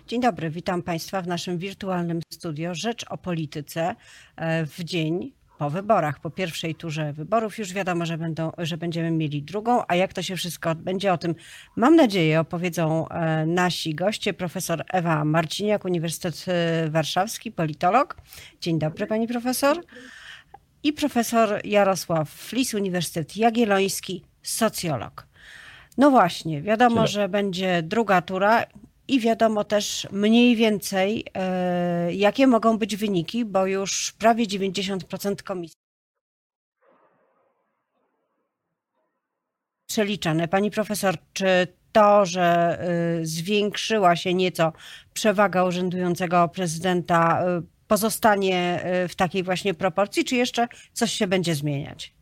Dzień dobry, witam Państwa w naszym wirtualnym studio Rzecz o Polityce w dzień po wyborach, po pierwszej turze wyborów. Już wiadomo, że będziemy mieli drugą, a jak to się wszystko odbędzie, o tym mam nadzieję opowiedzą nasi goście. Profesor Ewa Marciniak, Uniwersytet Warszawski, politolog. Dzień dobry Pani Profesor. I profesor Jarosław Flis, Uniwersytet Jagielloński, socjolog. No właśnie, wiadomo, że będzie druga tura i wiadomo też mniej więcej, jakie mogą być wyniki, bo już prawie 90% komisji przeliczane. Pani profesor, czy to, że zwiększyła się nieco przewaga urzędującego prezydenta, pozostanie w takiej właśnie proporcji, czy jeszcze coś się będzie zmieniać?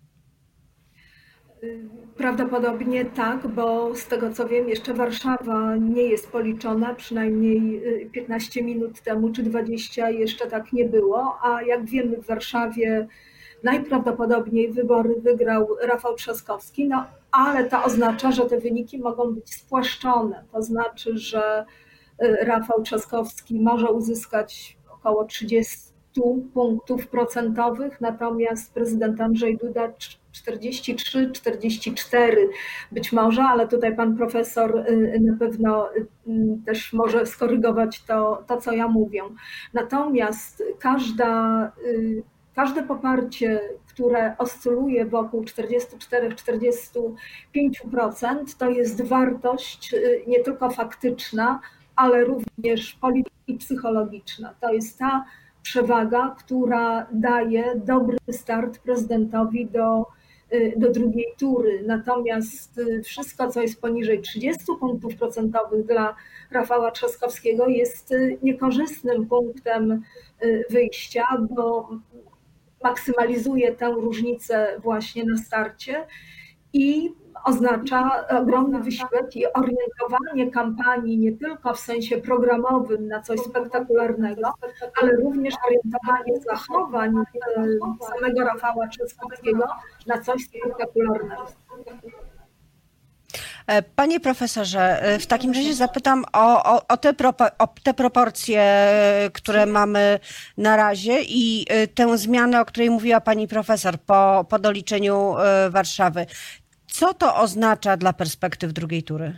Prawdopodobnie tak, bo z tego co wiem, jeszcze Warszawa nie jest policzona, przynajmniej 15 minut temu czy 20 jeszcze tak nie było, a jak wiemy w Warszawie najprawdopodobniej wybory wygrał Rafał Trzaskowski, no ale to oznacza, że te wyniki mogą być spłaszczone, to znaczy, że Rafał Trzaskowski może uzyskać około 30 punktów procentowych, natomiast prezydent Andrzej Duda 43, 44 być może, ale tutaj pan profesor na pewno też może skorygować to co ja mówię. Natomiast każde poparcie, które oscyluje wokół 44-45%, to jest wartość nie tylko faktyczna, ale również polityczna i psychologiczna. To jest ta przewaga, która daje dobry start prezydentowi do drugiej tury. Natomiast wszystko, co jest poniżej 30 punktów procentowych dla Rafała Trzaskowskiego, jest niekorzystnym punktem wyjścia, bo maksymalizuje tę różnicę właśnie na starcie i oznacza ogromny wysiłek i orientowanie kampanii nie tylko w sensie programowym na coś spektakularnego, ale również orientowanie zachowań samego Rafała Trzaskowskiego na coś spektakularnego. Panie profesorze, w takim razie zapytam o te proporcje, które mamy na razie i tę zmianę, o której mówiła pani profesor po doliczeniu Warszawy. Co to oznacza dla perspektyw drugiej tury?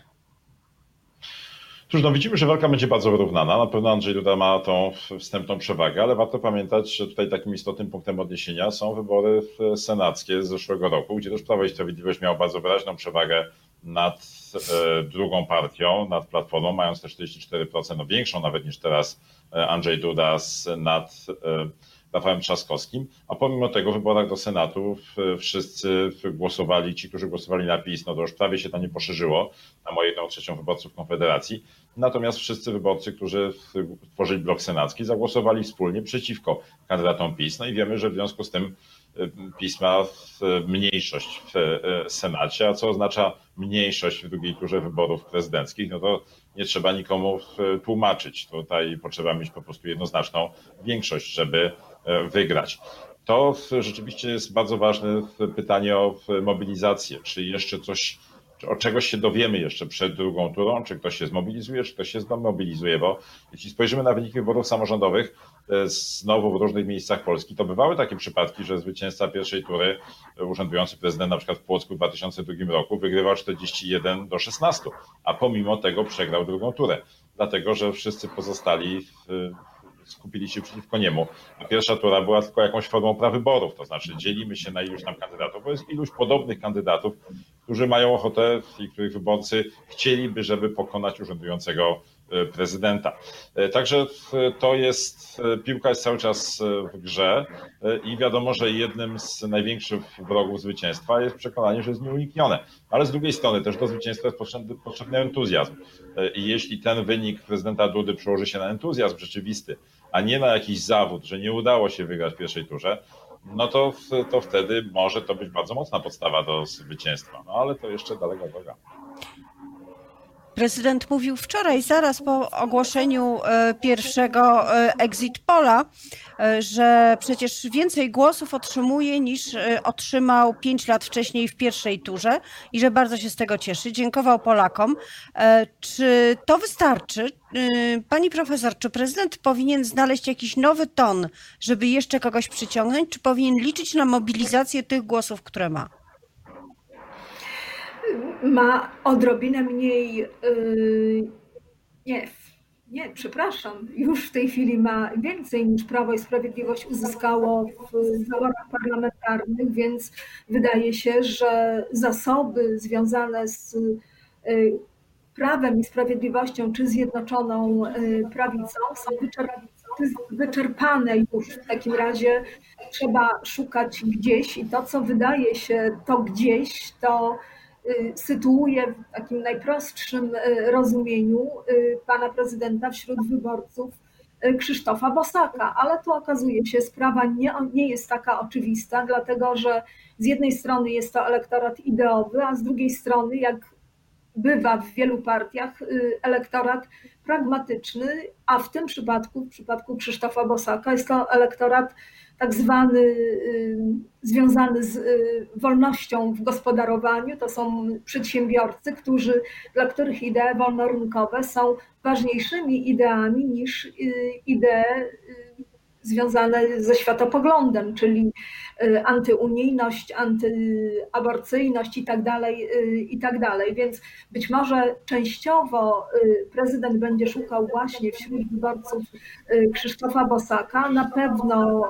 Cóż, no widzimy, że walka będzie bardzo wyrównana. Na pewno Andrzej Duda ma tą wstępną przewagę, ale warto pamiętać, że tutaj takim istotnym punktem odniesienia są wybory senackie z zeszłego roku, gdzie też Prawo i Sprawiedliwość miało bardzo wyraźną przewagę nad drugą partią, nad Platformą, mając te 44%, no większą nawet niż teraz Andrzej Duda nad Rafałem Trzaskowskim, a pomimo tego w wyborach do Senatu wszyscy głosowali, ci, którzy głosowali na PiS, no to już prawie się to nie poszerzyło na moją 1/3 wyborców Konfederacji, natomiast wszyscy wyborcy, którzy tworzyli blok senacki, zagłosowali wspólnie przeciwko kandydatom PiS, no i wiemy, że w związku z tym PiS ma mniejszość w Senacie, a co oznacza mniejszość w drugiej turze wyborów prezydenckich, no to nie trzeba nikomu tłumaczyć. Tutaj potrzeba mieć po prostu jednoznaczną większość, żeby wygrać. To rzeczywiście jest bardzo ważne pytanie o mobilizację. Czy jeszcze od czegoś się dowiemy jeszcze przed drugą turą, czy ktoś się zmobilizuje, czy ktoś się zmobilizuje, bo jeśli spojrzymy na wyniki wyborów samorządowych znowu w różnych miejscach Polski, to bywały takie przypadki, że zwycięzca pierwszej tury, urzędujący prezydent na przykład w Płocku w 2002 roku wygrywał 41-16, a pomimo tego przegrał drugą turę, dlatego że wszyscy pozostali skupili się przeciwko niemu. A pierwsza tura była tylko jakąś formą prawyborów, to znaczy dzielimy się na iluś tam kandydatów, bo jest iluś podobnych kandydatów, którzy mają ochotę i których wyborcy chcieliby, żeby pokonać urzędującego prezydenta. Także piłka jest cały czas w grze i wiadomo, że jednym z największych wrogów zwycięstwa jest przekonanie, że jest nieuniknione. Ale z drugiej strony też do zwycięstwa jest potrzebny entuzjazm. I jeśli ten wynik prezydenta Dudy przełoży się na entuzjazm rzeczywisty, a nie na jakiś zawód, że nie udało się wygrać w pierwszej turze, no to wtedy może to być bardzo mocna podstawa do zwycięstwa. No ale to jeszcze daleka droga. Prezydent mówił wczoraj, zaraz po ogłoszeniu pierwszego exit polla, że przecież więcej głosów otrzymuje niż otrzymał 5 lat wcześniej w pierwszej turze i że bardzo się z tego cieszy. Dziękował Polakom. Czy to wystarczy? Pani profesor, czy prezydent powinien znaleźć jakiś nowy ton, żeby jeszcze kogoś przyciągnąć, czy powinien liczyć na mobilizację tych głosów, które ma? Ma odrobinę mniej, przepraszam, już w tej chwili ma więcej niż Prawo i Sprawiedliwość uzyskało w wyborach parlamentarnych, więc wydaje się, że zasoby związane z Prawem i Sprawiedliwością czy Zjednoczoną Prawicą są wyczerpane już. W takim razie trzeba szukać gdzieś i to, co wydaje się to gdzieś, to sytuuje w takim najprostszym rozumieniu pana prezydenta wśród wyborców Krzysztofa Bosaka, ale tu okazuje się, sprawa nie jest taka oczywista, dlatego że z jednej strony jest to elektorat ideowy, a z drugiej strony, jak bywa w wielu partiach, elektorat pragmatyczny, a w tym przypadku, w przypadku Krzysztofa Bosaka, jest to elektorat tak zwany związany z wolnością w gospodarowaniu. To są przedsiębiorcy, dla których idee wolnorynkowe są ważniejszymi ideami niż idee związane ze światopoglądem, czyli antyunijność, antyaborcyjność i tak dalej. Więc być może częściowo prezydent będzie szukał właśnie wśród wyborców Krzysztofa Bosaka, na pewno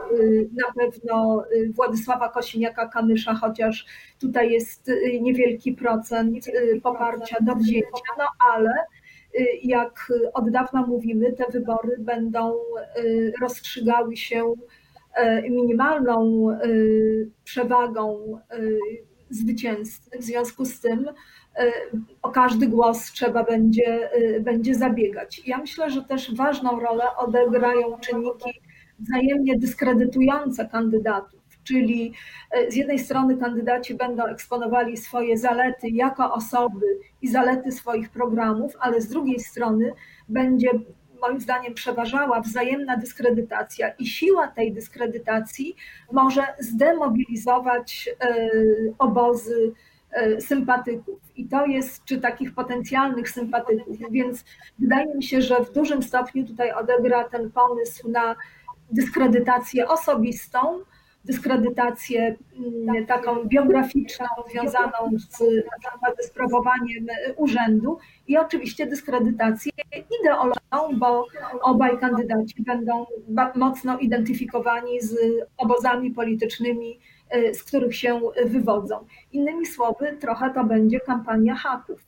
Władysława Kosiniaka-Kamysza, chociaż tutaj jest niewielki procent poparcia do wzięcia, no ale jak od dawna mówimy, te wybory będą rozstrzygały się minimalną przewagą zwycięzcy. W związku z tym o każdy głos trzeba będzie zabiegać. Ja myślę, że też ważną rolę odegrają czynniki wzajemnie dyskredytujące kandydatów. Czyli z jednej strony kandydaci będą eksponowali swoje zalety jako osoby i zalety swoich programów, ale z drugiej strony będzie moim zdaniem przeważała wzajemna dyskredytacja i siła tej dyskredytacji może zdemobilizować obozy sympatyków. I to jest, czy takich potencjalnych sympatyków. Więc wydaje mi się, że w dużym stopniu tutaj odegra ten pomysł na dyskredytację osobistą, dyskredytację taką biograficzną, związaną ze sprawowaniem urzędu i oczywiście dyskredytację ideologiczną, bo obaj kandydaci będą mocno identyfikowani z obozami politycznymi, z których się wywodzą. Innymi słowy, trochę to będzie kampania haków.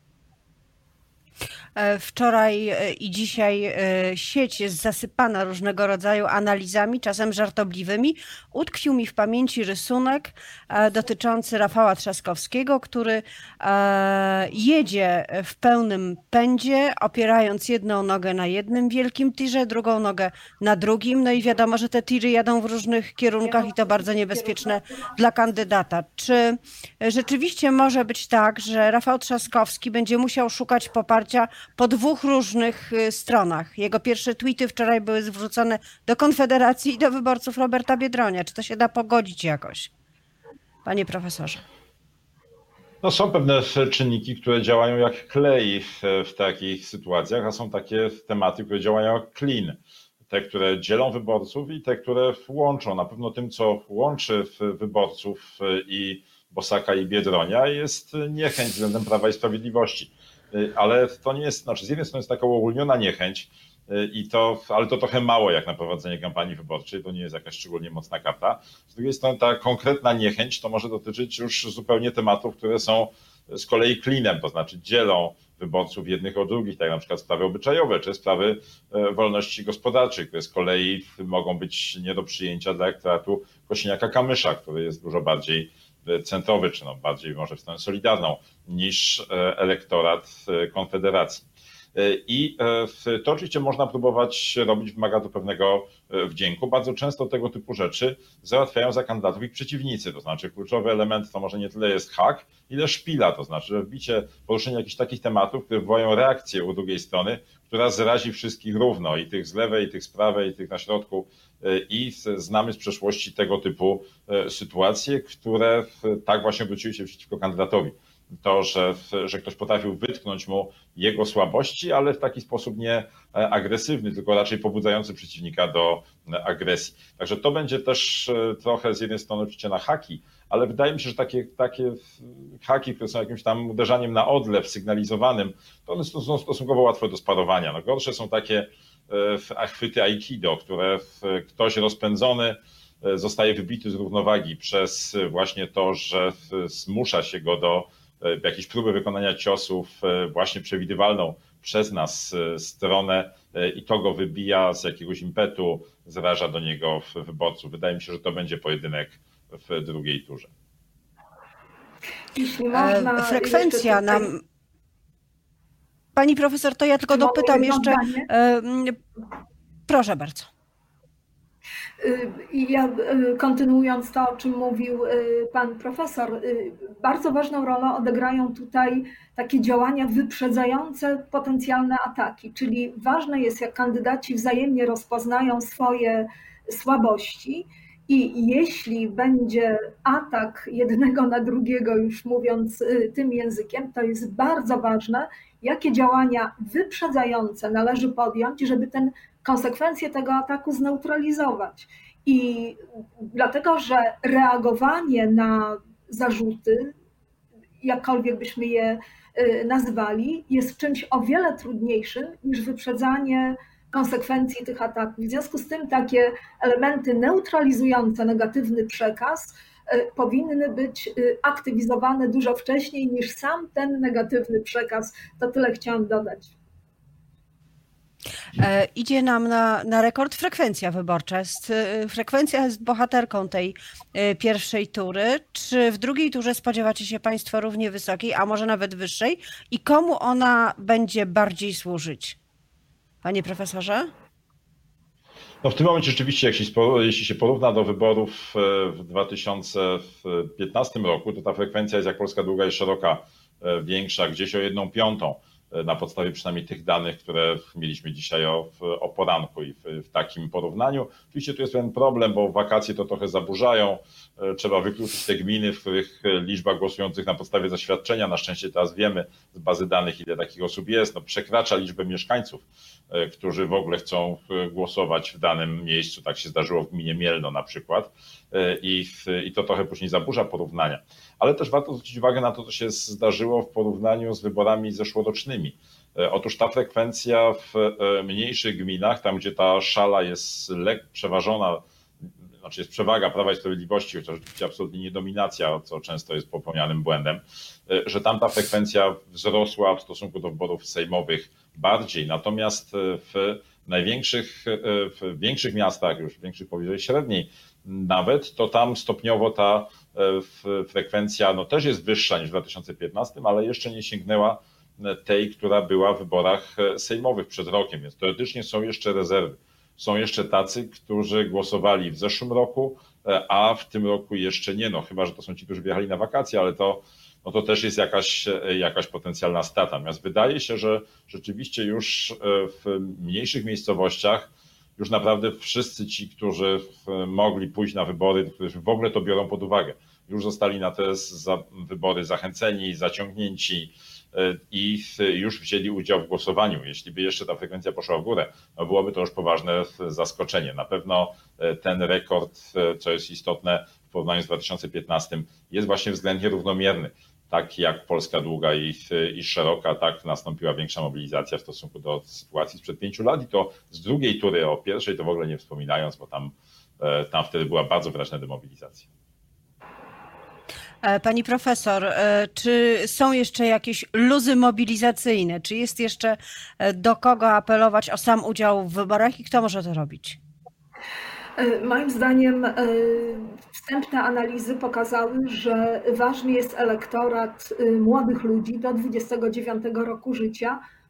Wczoraj i dzisiaj sieć jest zasypana różnego rodzaju analizami, czasem żartobliwymi. Utkwił mi w pamięci rysunek dotyczący Rafała Trzaskowskiego, który jedzie w pełnym pędzie, opierając jedną nogę na jednym wielkim tirze, drugą nogę na drugim. No i wiadomo, że te tiry jadą w różnych kierunkach i to bardzo niebezpieczne dla kandydata. Czy rzeczywiście może być tak, że Rafał Trzaskowski będzie musiał szukać poparcia po dwóch różnych stronach? Jego pierwsze tweety wczoraj były zwrócone do Konfederacji i do wyborców Roberta Biedronia. Czy to się da pogodzić jakoś? Panie profesorze. No są pewne czynniki, które działają jak klej w takich sytuacjach, a są takie tematy, które działają jak klin. Te, które dzielą wyborców i te, które łączą. Na pewno tym, co łączy wyborców i Bosaka i Biedronia, jest niechęć względem Prawa i Sprawiedliwości. Ale to nie jest, znaczy z jednej strony jest taka uogólniona niechęć, ale to trochę mało jak na prowadzenie kampanii wyborczej, to nie jest jakaś szczególnie mocna karta. Z drugiej strony ta konkretna niechęć to może dotyczyć już zupełnie tematów, które są z kolei klinem, to znaczy dzielą wyborców jednych od drugich, tak jak na przykład sprawy obyczajowe czy sprawy wolności gospodarczej, które z kolei mogą być nie do przyjęcia dla elektoratu Kosiniaka-Kamysza, który jest dużo bardziej centrowy, czy bardziej może w stronę solidarną niż elektorat Konfederacji. I to oczywiście można próbować robić, wymaga to pewnego wdzięku. Bardzo często tego typu rzeczy załatwiają za kandydatów ich przeciwnicy, to znaczy kluczowy element to może nie tyle jest hak, ile szpila, to znaczy poruszenie jakichś takich tematów, które wywołają reakcję u drugiej strony, która zrazi wszystkich równo, i tych z lewej, i tych z prawej, i tych na środku. I znamy z przeszłości tego typu sytuacje, które tak właśnie obróciły się przeciwko kandydatowi. To, że ktoś potrafił wytknąć mu jego słabości, ale w taki sposób nie agresywny, tylko raczej pobudzający przeciwnika do agresji. Także to będzie też trochę z jednej strony oczywiście na haki, ale wydaje mi się, że takie haki, które są jakimś tam uderzaniem na odlew sygnalizowanym, to one są stosunkowo łatwe do sparowania. No gorsze są takie chwyty aikido, które ktoś rozpędzony zostaje wybity z równowagi przez właśnie to, że zmusza się go do jakiejś próby wykonania ciosów właśnie przewidywalną przez nas stronę i to go wybija z jakiegoś impetu, zraża do niego wyborców. Wydaje mi się, że to będzie pojedynek w drugiej turze. Jeśli można frekwencja nam... Pani profesor, to ja tylko dopytam jeszcze... Proszę bardzo. I ja kontynuując to, o czym mówił pan profesor, bardzo ważną rolę odegrają tutaj takie działania wyprzedzające potencjalne ataki, czyli ważne jest, jak kandydaci wzajemnie rozpoznają swoje słabości i jeśli będzie atak jednego na drugiego, już mówiąc tym językiem, to jest bardzo ważne, jakie działania wyprzedzające należy podjąć, żeby konsekwencje tego ataku zneutralizować. I dlatego, że reagowanie na zarzuty, jakkolwiek byśmy je nazywali, jest czymś o wiele trudniejszym niż wyprzedzanie konsekwencji tych ataków. W związku z tym takie elementy neutralizujące negatywny przekaz powinny być aktywizowane dużo wcześniej niż sam ten negatywny przekaz. To tyle chciałam dodać. Idzie nam na rekord frekwencja wyborcza. Frekwencja jest bohaterką tej pierwszej tury. Czy w drugiej turze spodziewacie się Państwo równie wysokiej, a może nawet wyższej? I komu ona będzie bardziej służyć? Panie profesorze? No w tym momencie rzeczywiście, jeśli się porówna do wyborów w 2015 roku, to ta frekwencja jest, jak Polska długa i szeroka, większa, gdzieś o 1/5. Na podstawie przynajmniej tych danych, które mieliśmy dzisiaj o poranku i w takim porównaniu. Oczywiście tu jest pewien problem, bo wakacje to trochę zaburzają. Trzeba wykluczyć te gminy, w których liczba głosujących na podstawie zaświadczenia, na szczęście teraz wiemy z bazy danych, ile takich osób jest, przekracza liczbę mieszkańców, którzy w ogóle chcą głosować w danym miejscu. Tak się zdarzyło w gminie Mielno na przykład i to trochę później zaburza porównania. Ale też warto zwrócić uwagę na to, co się zdarzyło w porównaniu z wyborami zeszłorocznymi. Otóż ta frekwencja w mniejszych gminach, tam gdzie ta szala jest przeważona, znaczy jest przewaga Prawa i Sprawiedliwości, chociaż oczywiście absolutnie nie dominacja, co często jest popełnianym błędem, że tam ta frekwencja wzrosła w stosunku do wyborów sejmowych bardziej. Natomiast w większych miastach, już większych powyżej średniej nawet, to tam stopniowo ta frekwencja też jest wyższa niż w 2015, ale jeszcze nie sięgnęła tej, która była w wyborach sejmowych przed rokiem, więc teoretycznie są jeszcze rezerwy. Są jeszcze tacy, którzy głosowali w zeszłym roku, a w tym roku jeszcze nie, chyba że to są ci, którzy wyjechali na wakacje, ale to też jest jakaś potencjalna strata. Natomiast wydaje się, że rzeczywiście już w mniejszych miejscowościach już naprawdę wszyscy ci, którzy mogli pójść na wybory, którzy w ogóle to biorą pod uwagę, już zostali na te wybory zachęceni, zaciągnięci i już wzięli udział w głosowaniu. Jeśli by jeszcze ta frekwencja poszła w górę, byłoby to już poważne zaskoczenie. Na pewno ten rekord, co jest istotne w porównaniu z 2015, jest właśnie względnie równomierny. Tak jak Polska długa i szeroka, tak nastąpiła większa mobilizacja w stosunku do sytuacji sprzed 5 lat i to z drugiej tury, o pierwszej to w ogóle nie wspominając, bo tam wtedy była bardzo wyraźna demobilizacja. Pani profesor, czy są jeszcze jakieś luzy mobilizacyjne? Czy jest jeszcze do kogo apelować o sam udział w wyborach i kto może to robić? Moim zdaniem wstępne analizy pokazały, że ważny jest elektorat młodych ludzi do 29 roku życia,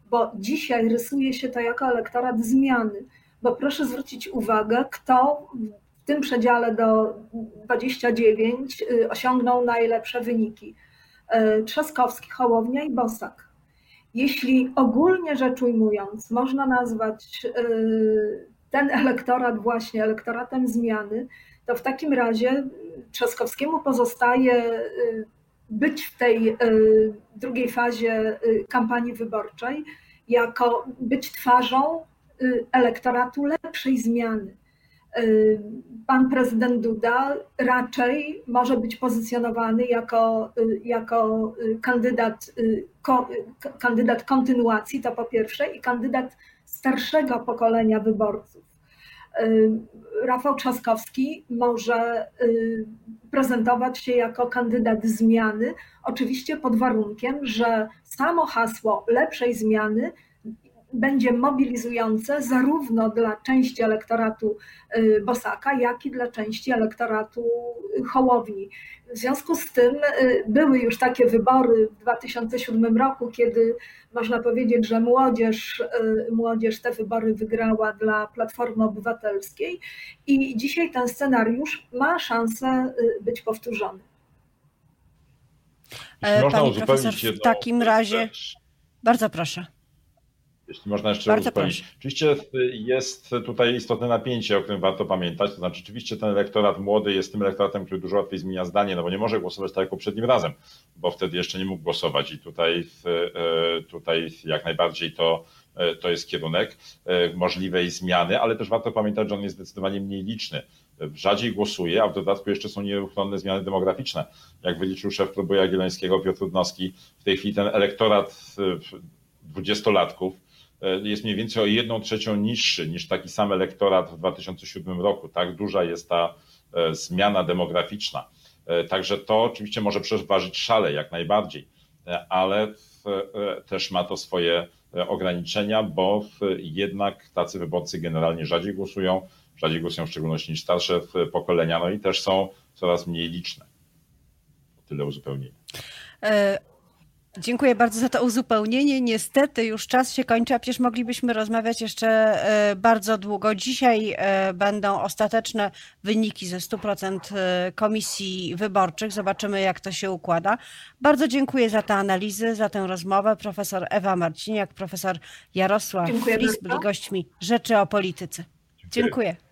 bo dzisiaj rysuje się to jako elektorat zmiany. Bo proszę zwrócić uwagę, kto w tym przedziale do 29 osiągnął najlepsze wyniki. Trzaskowski, Hołownia i Bosak. Jeśli ogólnie rzecz ujmując, można nazwać ten elektorat właśnie elektoratem zmiany, to w takim razie Trzaskowskiemu pozostaje być w tej drugiej fazie kampanii wyborczej, jako być twarzą elektoratu lepszej zmiany. Pan prezydent Duda raczej może być pozycjonowany jako kandydat kontynuacji, to po pierwsze, i kandydat starszego pokolenia wyborców. Rafał Trzaskowski może prezentować się jako kandydat zmiany, oczywiście pod warunkiem, że samo hasło lepszej zmiany będzie mobilizujące zarówno dla części elektoratu Bosaka, jak i dla części elektoratu Hołowni. W związku z tym były już takie wybory w 2007 roku, kiedy można powiedzieć, że młodzież te wybory wygrała dla Platformy Obywatelskiej i dzisiaj ten scenariusz ma szansę być powtórzony. Pani profesor, w takim razie bardzo proszę. Jeśli można jeszcze uzupełnić. Oczywiście jest tutaj istotne napięcie, o którym warto pamiętać. To znaczy, oczywiście ten elektorat młody jest tym elektoratem, który dużo łatwiej zmienia zdanie, no bo nie może głosować tak jak poprzednim razem, bo wtedy jeszcze nie mógł głosować i tutaj jak najbardziej to jest kierunek możliwej zmiany, ale też warto pamiętać, że on jest zdecydowanie mniej liczny. Rzadziej głosuje, a w dodatku jeszcze są nieuchronne zmiany demograficzne. Jak wyliczył szef Klubu Jagiellońskiego Piotr Trudnowski, w tej chwili ten elektorat 20-latków jest mniej więcej o 1/3 niższy niż taki sam elektorat w 2007 roku. Tak duża jest ta zmiana demograficzna. Także to oczywiście może przeważyć szale jak najbardziej, ale też ma to swoje ograniczenia, bo jednak tacy wyborcy generalnie rzadziej głosują w szczególności niż starsze pokolenia, no i też są coraz mniej liczne. Tyle uzupełnienia. Dziękuję bardzo za to uzupełnienie. Niestety już czas się kończy, a przecież moglibyśmy rozmawiać jeszcze bardzo długo. Dzisiaj będą ostateczne wyniki ze 100% komisji wyborczych. Zobaczymy, jak to się układa. Bardzo dziękuję za te analizy, za tę rozmowę. Profesor Ewa Marciniak, profesor Jarosław Flis byli gośćmi Rzeczy o Polityce. Dziękuję.